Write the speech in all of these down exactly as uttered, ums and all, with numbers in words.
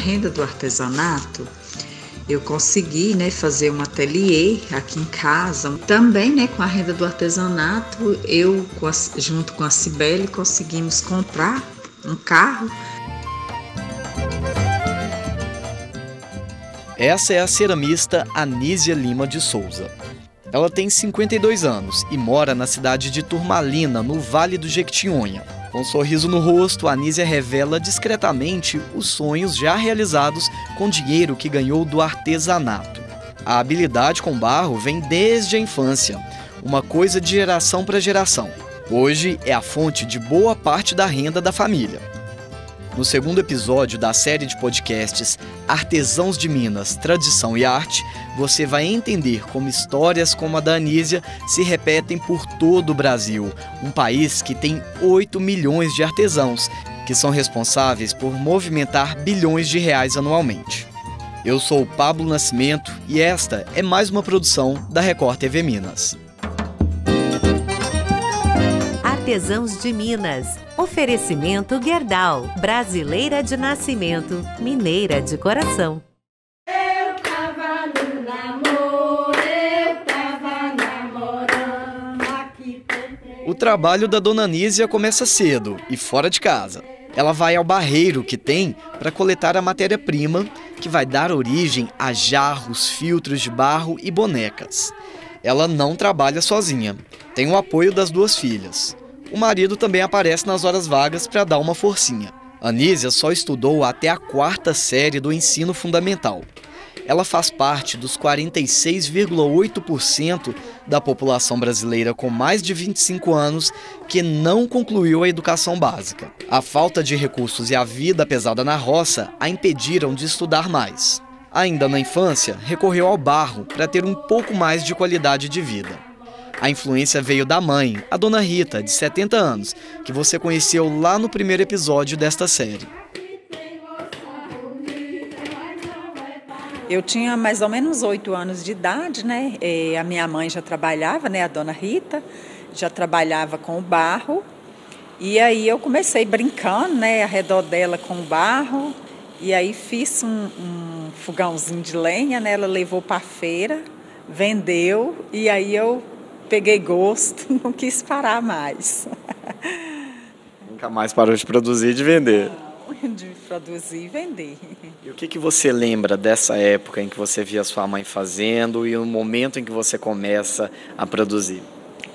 renda do artesanato, eu consegui, né, fazer um ateliê aqui em casa. Também, né, com a renda do artesanato, eu, com a, junto com a Cibele, conseguimos comprar um carro. Essa é a ceramista Anísia Lima de Souza. Ela tem cinquenta e dois anos e mora na cidade de Turmalina, no Vale do Jequitinhonha. Com um sorriso no rosto, Anísia revela discretamente os sonhos já realizados com dinheiro que ganhou do artesanato. A habilidade com barro vem desde a infância, uma coisa de geração para geração. Hoje é a fonte de boa parte da renda da família. No segundo episódio da série de podcasts Artesãos de Minas, Tradição e Arte, você vai entender como histórias como a da Anísia se repetem por todo o Brasil, um país que tem oito milhões de artesãos, que são responsáveis por movimentar bilhões de reais anualmente. Eu sou o Pablo Nascimento e esta é mais uma produção da Record T V Minas. Artesãos de Minas. Oferecimento Gerdau. Brasileira de nascimento, mineira de coração. Eu tava no namoro, eu tava namorando aqui. O trabalho da dona Anísia começa cedo e fora de casa. Ela vai ao barreiro que tem para coletar a matéria-prima que vai dar origem a jarros, filtros de barro e bonecas. Ela não trabalha sozinha, tem o apoio das duas filhas. O marido também aparece nas horas vagas para dar uma forcinha. Anísia só estudou até a quarta série do ensino fundamental. Ela faz parte dos quarenta e seis vírgula oito por cento da população brasileira com mais de vinte e cinco anos que não concluiu a educação básica. A falta de recursos e a vida pesada na roça a impediram de estudar mais. Ainda na infância, recorreu ao barro para ter um pouco mais de qualidade de vida. A influência veio da mãe, a dona Rita, de setenta anos, que você conheceu lá no primeiro episódio desta série. Eu tinha mais ou menos oito anos de idade, né? E a minha mãe já trabalhava, né? A dona Rita, já trabalhava com o barro. E aí eu comecei brincando, né? Ao redor dela com o barro. E aí fiz um, um fogãozinho de lenha, né? Ela levou para a feira, vendeu, e aí eu peguei gosto, não quis parar mais. Nunca mais parou de produzir e de vender. Não, de produzir e vender. E o que, que você lembra dessa época em que você via sua mãe fazendo e o momento em que você começa a produzir?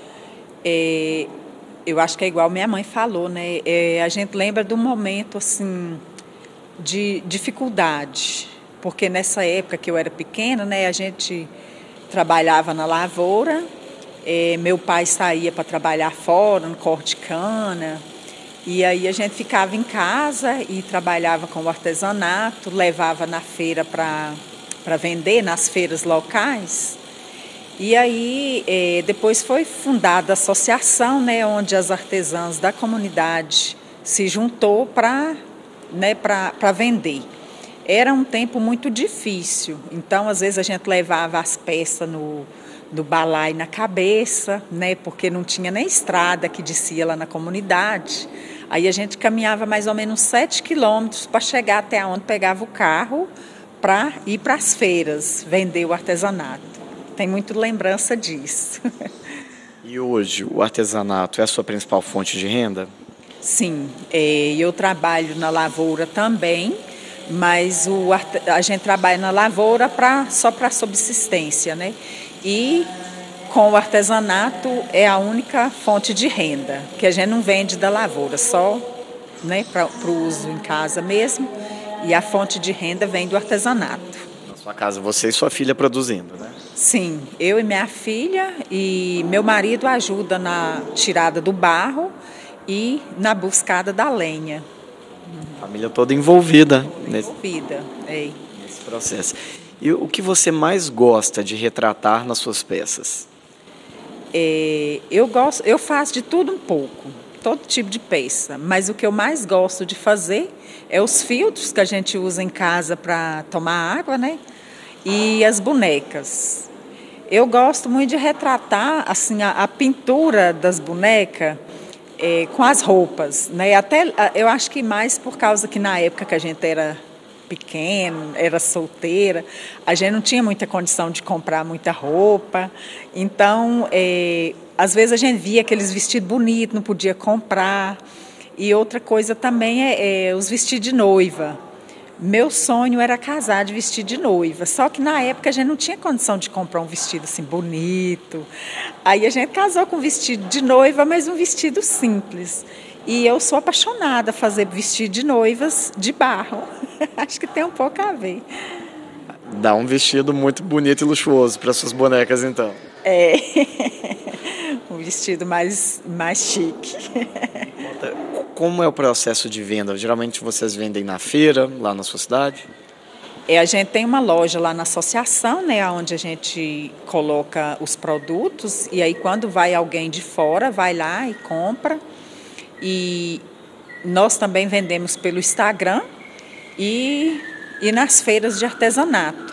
É, eu acho que é igual minha mãe falou, né? É, a gente lembra do momento, assim, de dificuldade, porque nessa época que eu era pequena, né, a gente trabalhava na lavoura. É, meu pai saía para trabalhar fora, no corte de cana, e aí a gente ficava em casa e trabalhava com o artesanato, levava na feira para para vender, nas feiras locais. E aí é, depois foi fundada a associação, né, onde as artesãs da comunidade se juntou para, né, para para vender. Era um tempo muito difícil, então às vezes a gente levava as peças no do balai na cabeça, né, porque não tinha nem estrada que descia lá na comunidade. Aí a gente caminhava mais ou menos sete quilômetros para chegar até onde pegava o carro para ir para as feiras, vender o artesanato. Tem muita lembrança disso. E hoje o artesanato é a sua principal fonte de renda? Sim, é, eu trabalho na lavoura também, mas o, a gente trabalha na lavoura pra, só para subsistência, né? E com o artesanato é a única fonte de renda, que a gente não vende da lavoura, só, né, para o uso em casa mesmo, e a fonte de renda vem do artesanato. Na sua casa, você e sua filha produzindo, né? Sim, eu e minha filha, e meu marido ajuda na tirada do barro e na buscada da lenha. A família toda envolvida, envolvida nesse, é. nesse processo. E o que você mais gosta de retratar nas suas peças? É, eu, gosto, eu faço de tudo um pouco, todo tipo de peça, mas o que eu mais gosto de fazer é os filtros que a gente usa em casa para tomar água, né? E as bonecas. Eu gosto muito de retratar assim, a, a pintura das bonecas é, com as roupas, né? Até, eu acho que mais por causa que na época que a gente era pequeno, era solteira, a gente não tinha muita condição de comprar muita roupa. Então, é, às vezes a gente via aqueles vestidos bonitos, não podia comprar. E outra coisa também é, é os vestidos de noiva. Meu sonho era casar de vestido de noiva, só que na época a gente não tinha condição de comprar um vestido assim bonito. Aí a gente casou com um vestido de noiva, mas um vestido simples. E eu sou apaixonada a fazer vestido de noivas de barro. Acho que tem um pouco a ver. Dá um vestido muito bonito e luxuoso para suas bonecas, então. É, um vestido mais, mais chique. Como é o processo de venda? Geralmente vocês vendem na feira, lá na sua cidade? É, a gente tem uma loja lá na associação, né, onde a gente coloca os produtos, e aí quando vai alguém de fora, vai lá e compra. E nós também vendemos pelo Instagram e, e nas feiras de artesanato.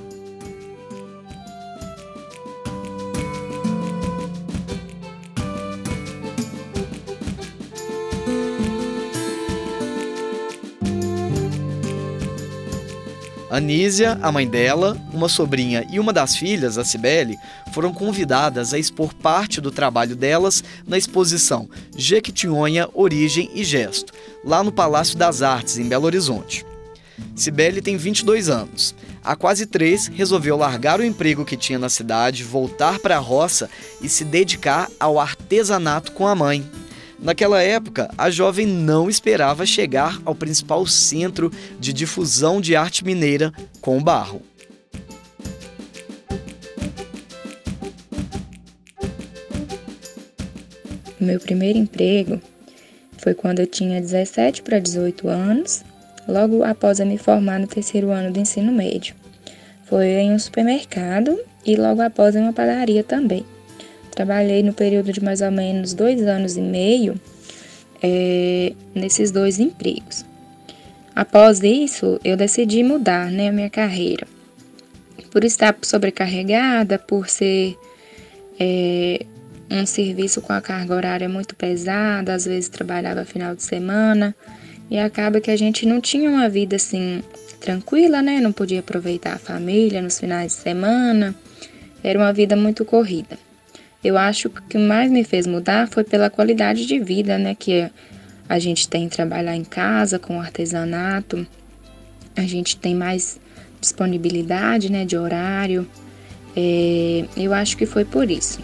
Anísia, a mãe dela, uma sobrinha e uma das filhas, a Cibele, foram convidadas a expor parte do trabalho delas na exposição Jequitinhonha, Origem e Gesto, lá no Palácio das Artes, em Belo Horizonte. Cibele tem vinte e dois anos. Há quase três, resolveu largar o emprego que tinha na cidade, voltar para a roça e se dedicar ao artesanato com a mãe. Naquela época, a jovem não esperava chegar ao principal centro de difusão de arte mineira com o barro. Meu primeiro emprego foi quando eu tinha dezessete para dezoito anos, logo após eu me formar no terceiro ano do ensino médio. Foi em um supermercado e logo após em uma padaria também. Trabalhei no período de mais ou menos dois anos e meio é, nesses dois empregos. Após isso, eu decidi mudar, né, a minha carreira. Por estar sobrecarregada, por ser é, um serviço com a carga horária muito pesada, às vezes trabalhava final de semana, e acaba que a gente não tinha uma vida assim tranquila, né? Não podia aproveitar a família nos finais de semana, era uma vida muito corrida. Eu acho que o que mais me fez mudar foi pela qualidade de vida, né, que a gente tem em trabalhar em casa com artesanato, a gente tem mais disponibilidade, né, de horário. É, eu acho que foi por isso.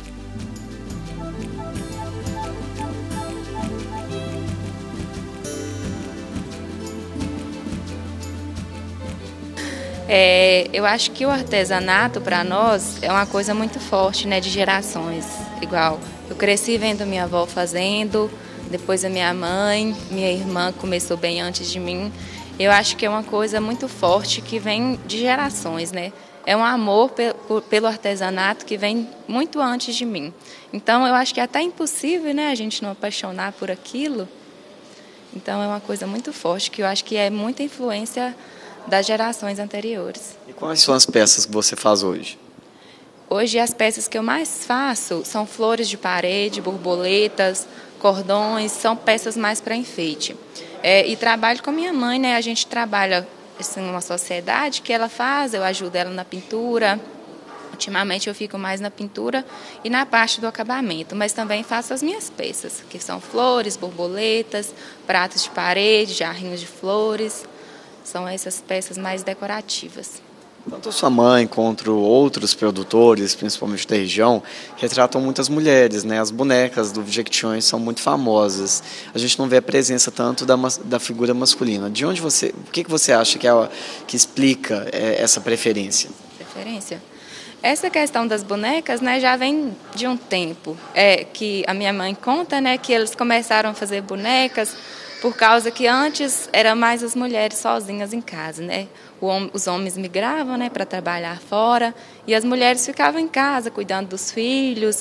É, eu acho que o artesanato para nós é uma coisa muito forte, né, de gerações. Igual, eu cresci vendo minha avó fazendo, depois a minha mãe, minha irmã começou bem antes de mim. Eu acho que é uma coisa muito forte que vem de gerações, né? É um amor pe- pelo artesanato que vem muito antes de mim. Então, eu acho que é até impossível, né, a gente não apaixonar por aquilo. Então, é uma coisa muito forte que eu acho que é muita influência das gerações anteriores. E quais são as peças que você faz hoje? Hoje as peças que eu mais faço são flores de parede, borboletas, cordões, são peças mais para enfeite. É, e trabalho com a minha mãe, né? A gente trabalha assim, numa sociedade que ela faz, eu ajudo ela na pintura. Ultimamente eu fico mais na pintura e na parte do acabamento, mas também faço as minhas peças, que são flores, borboletas, pratos de parede, jarrinhos de flores. São essas peças mais decorativas. Tanto a sua mãe quanto outros produtores, principalmente da região, retratam muitas mulheres, né? As bonecas do Jequitinhonha são muito famosas. A gente não vê a presença tanto da, da figura masculina. De onde você, o que, que você acha que, é, que explica é, essa preferência? Preferência? Essa questão das bonecas, né, já vem de um tempo. É que a minha mãe conta, né, que eles começaram a fazer bonecas por causa que antes eram mais as mulheres sozinhas em casa, né? Os homens migravam, né, para trabalhar fora e as mulheres ficavam em casa cuidando dos filhos,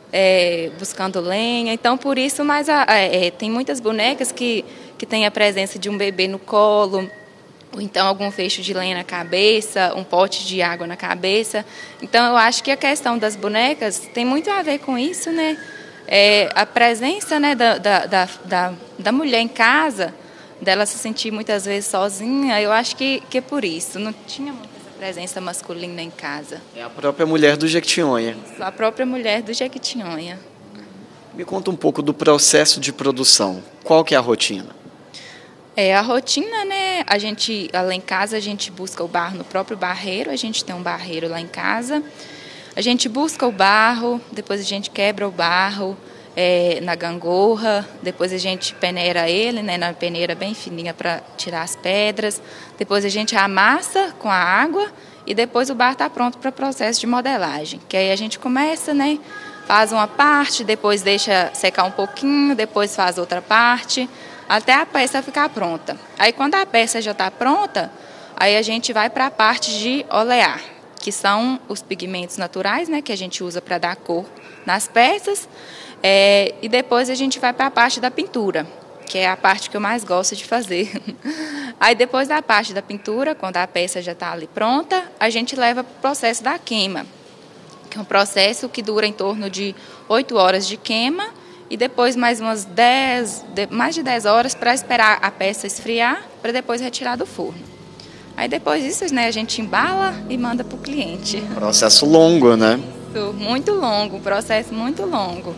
é, buscando lenha. Então, por isso, mas a, é, tem muitas bonecas que, que têm a presença de um bebê no colo, ou então algum fecho de lenha na cabeça, um pote de água na cabeça. Então, eu acho que a questão das bonecas tem muito a ver com isso, né? É, a presença, né, da, da, da, da mulher em casa dela se sentir muitas vezes sozinha, eu acho que, que é por isso. Não tinha muita presença masculina em casa. É a própria mulher do Jequitinhonha. A própria mulher do Jequitinhonha. Me conta um pouco do processo de produção. Qual que é a rotina? É, a rotina, né? A gente, lá em casa, a gente busca o barro no próprio barreiro. A gente tem um barreiro lá em casa. A gente busca o barro, depois a gente quebra o barro é, na gangorra. Depois a gente peneira ele, né, na peneira bem fininha para tirar as pedras. Depois a gente amassa com a água e depois o barro está pronto para o processo de modelagem. Que aí a gente começa, né? Faz uma parte, depois deixa secar um pouquinho, depois faz outra parte, até a peça ficar pronta. Aí quando a peça já está pronta, aí a gente vai para a parte de olear, que são os pigmentos naturais, né, que a gente usa para dar cor nas peças, é, e depois a gente vai para a parte da pintura, que é a parte que eu mais gosto de fazer. Aí depois da parte da pintura, quando a peça já está ali pronta, a gente leva para o processo da queima, que é um processo que dura em torno de oito horas de queima e depois mais umas dez, mais de dez horas para esperar a peça esfriar para depois retirar do forno. Aí depois disso, né, a gente embala e manda para o cliente. Processo longo, né? Isso, muito longo, um processo muito longo.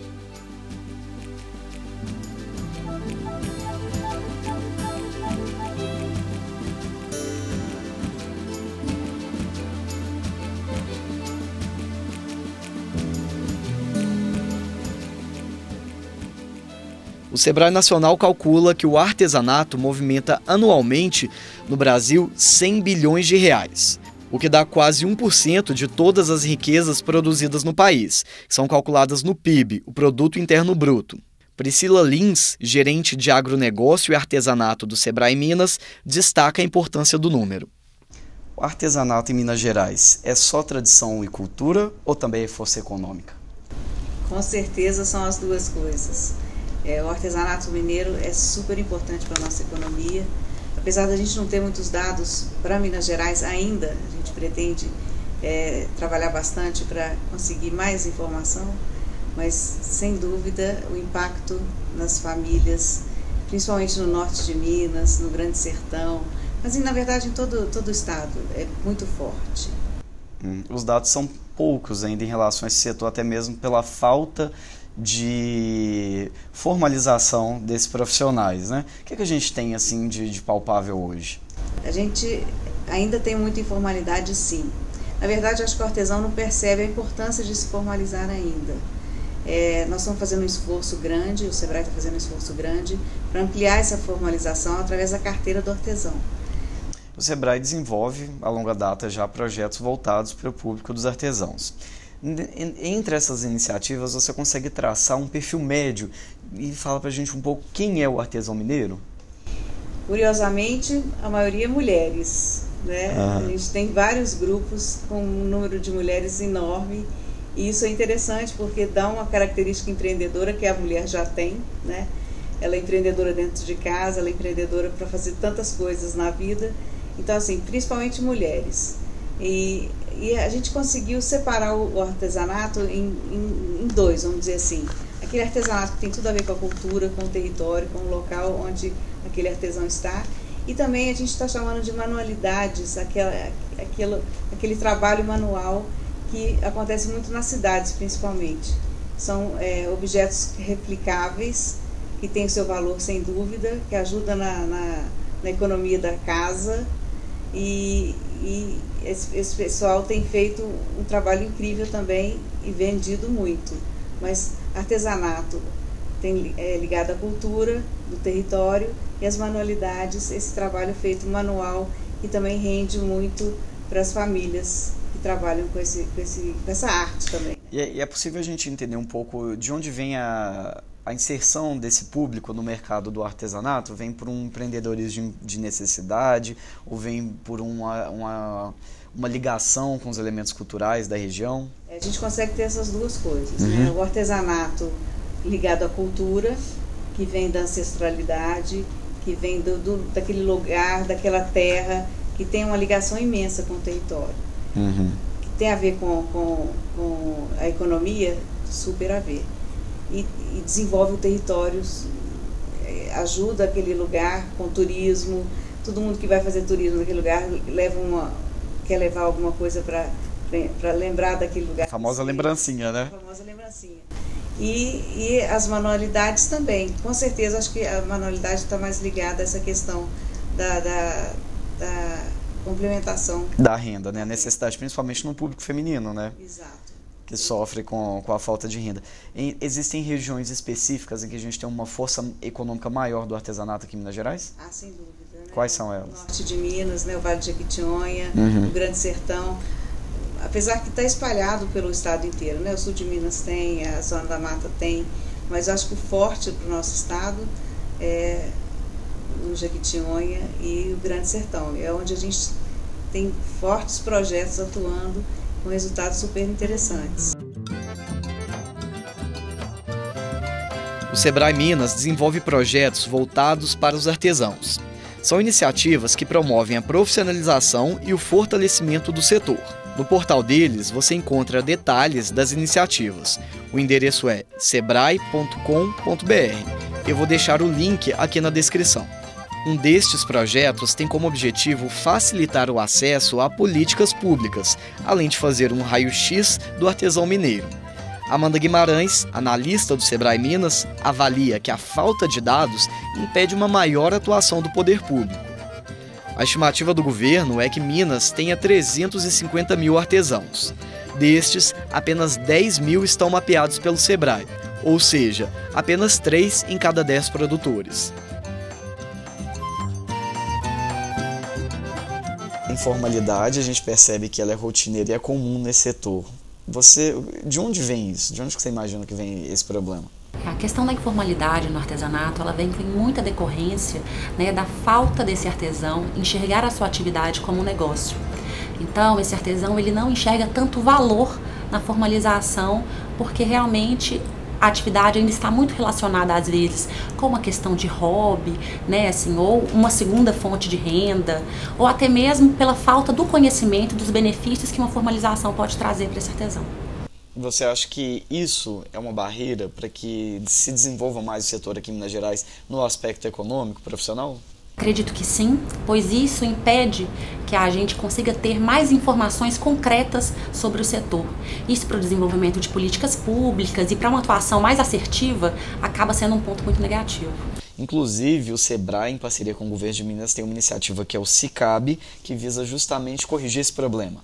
O Sebrae Nacional calcula que o artesanato movimenta anualmente no Brasil cem bilhões de reais, o que dá quase um por cento de todas as riquezas produzidas no país, que são calculadas no P I B, o Produto Interno Bruto. Priscila Lins, gerente de agronegócio e artesanato do Sebrae Minas, destaca a importância do número. O artesanato em Minas Gerais é só tradição e cultura ou também é força econômica? Com certeza são as duas coisas. É, o artesanato mineiro é super importante para a nossa economia. Apesar da gente não ter muitos dados para Minas Gerais ainda, a gente pretende é, trabalhar bastante para conseguir mais informação, mas sem dúvida o impacto nas famílias, principalmente no norte de Minas, no Grande Sertão, mas na verdade em todo, todo o estado, é muito forte. Hum, os dados são poucos ainda em relação a esse setor, até mesmo pela falta de formalização desses profissionais, né? O que, é que a gente tem assim de, de palpável hoje? A gente ainda tem muita informalidade, sim. Na verdade, acho que o artesão não percebe a importância de se formalizar ainda. É, nós estamos fazendo um esforço grande, o Sebrae está fazendo um esforço grande para ampliar essa formalização através da carteira do artesão. O Sebrae desenvolve, a longa data, já projetos voltados para o público dos artesãos. Entre essas iniciativas, você consegue traçar um perfil médio e fala para a gente um pouco quem é o artesão mineiro? Curiosamente, a maioria é mulheres, né? Ah. A gente tem vários grupos com um número de mulheres enorme e isso é interessante porque dá uma característica empreendedora que a mulher já tem, né? Ela é empreendedora dentro de casa, ela é empreendedora para fazer tantas coisas na vida. Então, assim, principalmente mulheres. E, e a gente conseguiu separar o, o artesanato em, em, em dois, vamos dizer assim. Aquele artesanato que tem tudo a ver com a cultura, com o território, com o local onde aquele artesão está. E também a gente está chamando de manualidades, aquela, aquele, aquele trabalho manual que acontece muito nas cidades, principalmente. São é, objetos replicáveis, que têm o seu valor, sem dúvida, que ajudam na, na, na economia da casa. E, e esse, esse pessoal tem feito um trabalho incrível também e vendido muito. Mas artesanato tem, é ligado à cultura do território e as manualidades, esse trabalho feito manual que também rende muito para as famílias que trabalham com, esse, com, esse, com essa arte também. E é, e é possível a gente entender um pouco de onde vem a, a inserção desse público no mercado do artesanato? Vem por um empreendedorismo de necessidade ou vem por uma, uma, uma ligação com os elementos culturais da região? A gente consegue ter essas duas coisas, uhum. né? O artesanato ligado à cultura, que vem da ancestralidade, que vem do, do, daquele lugar, daquela terra, que tem uma ligação imensa com o território. Uhum. Que tem a ver com, com, com a economia, super a ver. E, e desenvolve o território ajuda aquele lugar com turismo. Todo mundo que vai fazer turismo naquele lugar leva uma, quer levar alguma coisa para para lembrar daquele lugar. A famosa lembrancinha, né? A famosa lembrancinha. E, e as manualidades também. Com certeza, acho que a manualidade está mais ligada a essa questão da, da, da complementação. Da renda, né? A necessidade, principalmente no público feminino, né? Exato. Que sofre com, com a falta de renda. Em, existem regiões específicas em que a gente tem uma força econômica maior do artesanato aqui em Minas Gerais? Ah, sem dúvida. Né? Quais são elas? O norte de Minas, né? O Vale de Jequitinhonha, uhum. o Grande Sertão. Apesar que está espalhado pelo estado inteiro, né? O sul de Minas tem, a zona da mata tem, mas eu acho que o forte para o nosso estado é o Jequitinhonha e o Grande Sertão. É onde a gente tem fortes projetos atuando com resultados super interessantes. O Sebrae Minas desenvolve projetos voltados para os artesãos. São iniciativas que promovem a profissionalização e o fortalecimento do setor. No portal deles, você encontra detalhes das iniciativas. O endereço é sebrae ponto com ponto br. Eu vou deixar o link aqui na descrição. Um destes projetos tem como objetivo facilitar o acesso a políticas públicas, além de fazer um raio-x do artesão mineiro. Amanda Guimarães, analista do Sebrae Minas, avalia que a falta de dados impede uma maior atuação do poder público. A estimativa do governo é que Minas tenha trezentos e cinquenta mil artesãos. Destes, apenas dez mil estão mapeados pelo Sebrae, ou seja, apenas três em cada dez produtores. A informalidade, a gente percebe que ela é rotineira e é comum nesse setor. Você, de onde vem isso? De onde você imagina que vem esse problema? A questão da informalidade no artesanato, ela vem com muita decorrência, né, da falta desse artesão enxergar a sua atividade como um negócio. Então, esse artesão ele não enxerga tanto valor na formalização, porque realmente a atividade ainda está muito relacionada, às vezes, com uma questão de hobby, né, assim, ou uma segunda fonte de renda, ou até mesmo pela falta do conhecimento dos benefícios que uma formalização pode trazer para esse artesão. Você acha que isso é uma barreira para que se desenvolva mais o setor aqui em Minas Gerais no aspecto econômico, profissional? Acredito que sim, pois isso impede que a gente consiga ter mais informações concretas sobre o setor. Isso para o desenvolvimento de políticas públicas e para uma atuação mais assertiva acaba sendo um ponto muito negativo. Inclusive, o Sebrae, em parceria com o governo de Minas, tem uma iniciativa que é o SICAB, que visa justamente corrigir esse problema.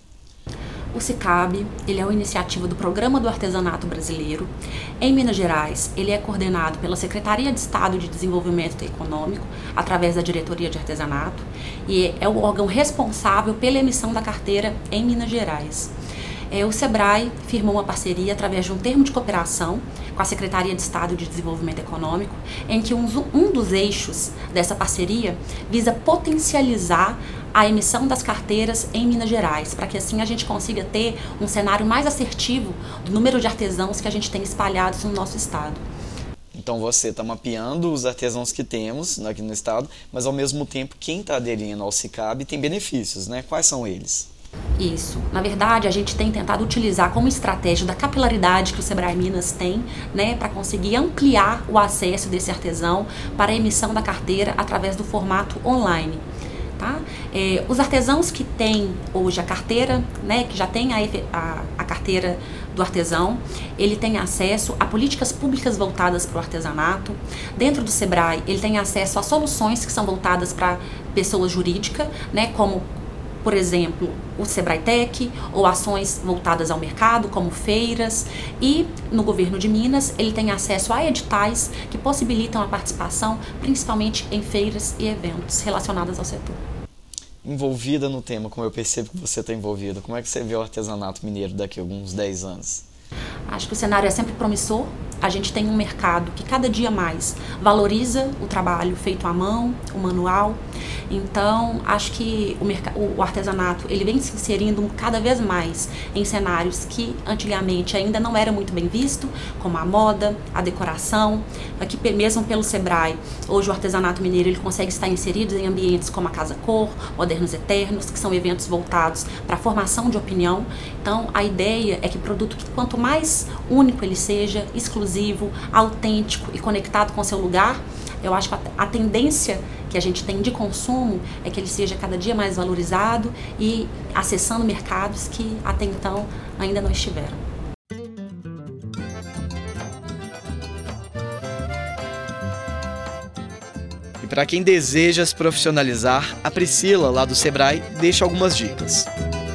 O SICAB, ele é uma iniciativa do Programa do Artesanato Brasileiro. Em Minas Gerais, ele é coordenado pela Secretaria de Estado de Desenvolvimento Econômico, através da Diretoria de Artesanato, e é o órgão responsável pela emissão da carteira em Minas Gerais. É, o Sebrae firmou uma parceria através de um termo de cooperação com a Secretaria de Estado de Desenvolvimento Econômico, em que um, um dos eixos dessa parceria visa potencializar a emissão das carteiras em Minas Gerais, para que assim a gente consiga ter um cenário mais assertivo do número de artesãos que a gente tem espalhados no nosso estado. Então você está mapeando os artesãos que temos aqui no estado, mas ao mesmo tempo quem está aderindo ao SICAB tem benefícios, né? Quais são eles? Isso. Na verdade, a gente tem tentado utilizar como estratégia da capilaridade que o Sebrae Minas tem, né, para conseguir ampliar o acesso desse artesão para a emissão da carteira através do formato online. Tá? É, os artesãos que têm hoje a carteira, né, que já tem a, a, a carteira do artesão, ele tem acesso a políticas públicas voltadas para o artesanato. Dentro do Sebrae, ele tem acesso a soluções que são voltadas para pessoa jurídica, né, como, por exemplo, o Sebrae Tech, ou ações voltadas ao mercado, como feiras, e no governo de Minas ele tem acesso a editais que possibilitam a participação, principalmente em feiras e eventos relacionados ao setor. Envolvida no tema, como eu percebo que você está envolvida, como é que você vê o artesanato mineiro daqui a alguns dez anos? Acho que o cenário é sempre promissor. A gente tem um mercado que cada dia mais valoriza o trabalho feito à mão, o manual. Então, acho que o, merc- o artesanato ele vem se inserindo cada vez mais em cenários que antigamente ainda não era muito bem visto, como a moda, a decoração. Aqui mesmo pelo Sebrae, hoje o artesanato mineiro ele consegue estar inserido em ambientes como a Casa Cor, Modernos Eternos, que são eventos voltados para a formação de opinião. Então, a ideia é que produto que quanto mais único ele seja, exclusivo, autêntico e conectado com seu lugar, Eu acho que a tendência que a gente tem de consumo é que ele seja cada dia mais valorizado e acessando mercados que até então ainda não estiveram. E para quem deseja se profissionalizar, a Priscila, lá do Sebrae, deixa algumas dicas.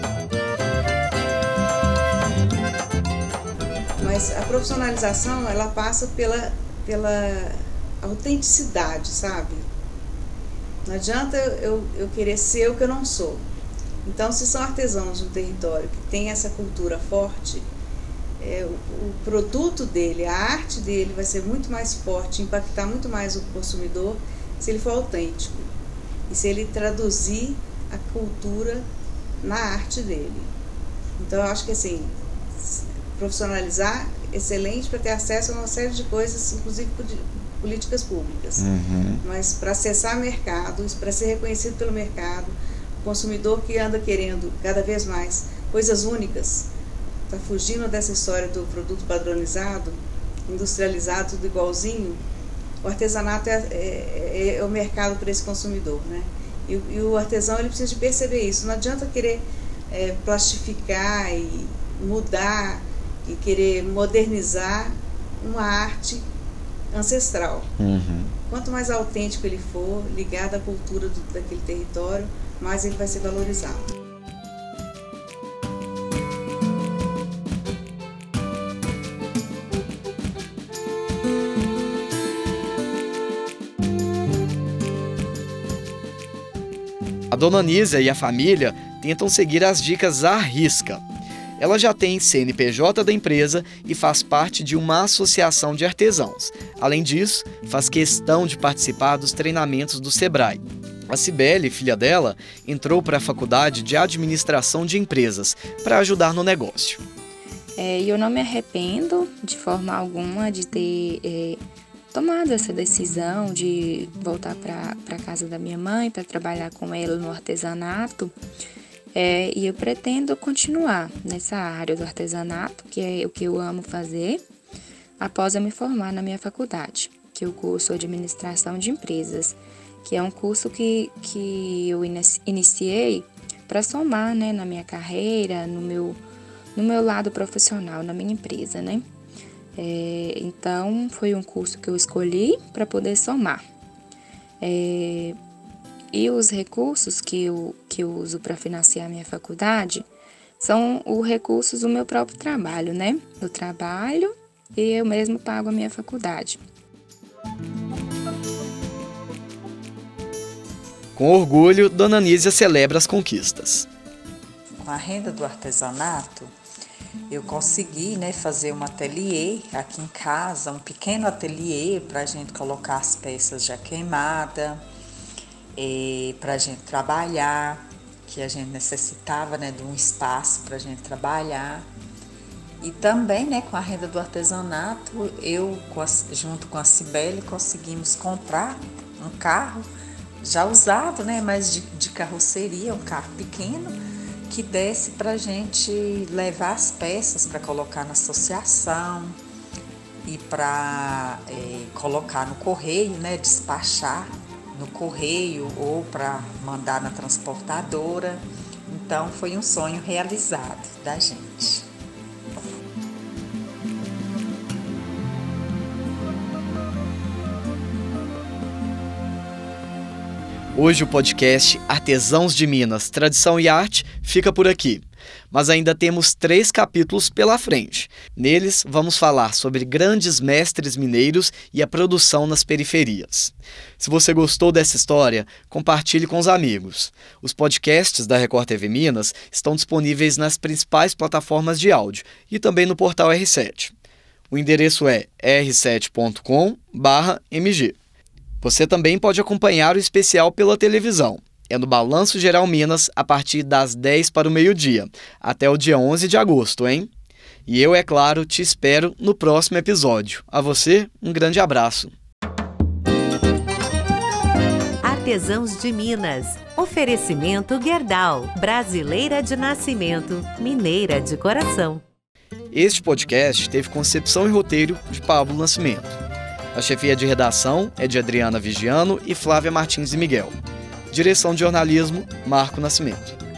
Mas a profissionalização, ela passa pela, pela autenticidade, sabe? Não adianta eu, eu querer ser o que eu não sou. Então, se são artesãos de um território que tem essa cultura forte, é, o, o produto dele, a arte dele vai ser muito mais forte, impactar muito mais o consumidor se ele for autêntico e se ele traduzir a cultura na arte dele. Então, eu acho que assim, profissionalizar, excelente para ter acesso a uma série de coisas, inclusive políticas públicas. Uhum. Mas para acessar mercados, para ser reconhecido pelo mercado, o consumidor que anda querendo cada vez mais coisas únicas, está fugindo dessa história do produto padronizado, industrializado, tudo igualzinho. O artesanato é, é, é o mercado para esse consumidor, né? E, e o artesão ele precisa de perceber isso. Não adianta querer é, plastificar e mudar e querer modernizar uma arte ancestral. Uhum. Quanto mais autêntico ele for, ligado à cultura do, daquele território, mais ele vai ser valorizado. A dona Anísia e a família tentam seguir as dicas à risca. Ela já tem C N P J da empresa e faz parte de uma associação de artesãos. Além disso, faz questão de participar dos treinamentos do Sebrae. A Cibele, filha dela, entrou para a faculdade de administração de empresas para ajudar no negócio. É, eu não me arrependo de forma alguma de ter é, tomado essa decisão de voltar para a casa da minha mãe para trabalhar com ela no artesanato. É, e eu pretendo continuar nessa área do artesanato, que é o que eu amo fazer, após eu me formar na minha faculdade, que é o curso Administração de Empresas, que é um curso que, que eu iniciei para somar, né, na minha carreira, no meu, no meu lado profissional, na minha empresa, né? É, então, foi um curso que eu escolhi para poder somar. É, E os recursos que eu, que eu uso para financiar a minha faculdade são os recursos do meu próprio trabalho, né? Eu trabalho e eu mesmo pago a minha faculdade. Com orgulho, dona Anísia celebra as conquistas. Com a renda do artesanato, eu consegui, né, fazer um ateliê aqui em casa, um pequeno ateliê para a gente colocar as peças já queimadas, para a gente trabalhar, que a gente necessitava, né, de um espaço para a gente trabalhar. E também, né, com a renda do artesanato, eu, com a, junto com a Cibele, conseguimos comprar um carro já usado, né, mas de, de carroceria, um carro pequeno, que desse para a gente levar as peças para colocar na associação e para é, colocar no correio, né, despachar no correio ou para mandar na transportadora. Então foi um sonho realizado da gente. Hoje o podcast Artesãos de Minas, Tradição e Arte fica por aqui. Mas ainda temos três capítulos pela frente. Neles, vamos falar sobre grandes mestres mineiros e a produção nas periferias. Se você gostou dessa história, compartilhe com os amigos. Os podcasts da Record T V Minas estão disponíveis nas principais plataformas de áudio e também no portal R sete. O endereço é r sete ponto com barra m g. Você também pode acompanhar o especial pela televisão. É no Balanço Geral Minas, a partir das dez para o meio-dia, até o dia onze de agosto, hein? E eu, é claro, te espero no próximo episódio. A você, um grande abraço. Artesãos de Minas. Oferecimento Gerdau. Brasileira de nascimento, mineira de coração. Este podcast teve concepção e roteiro de Pablo Nascimento. A chefia de redação é de Adriana Vigiano e Flávia Martins e Miguel. Direção de jornalismo, Marco Nascimento.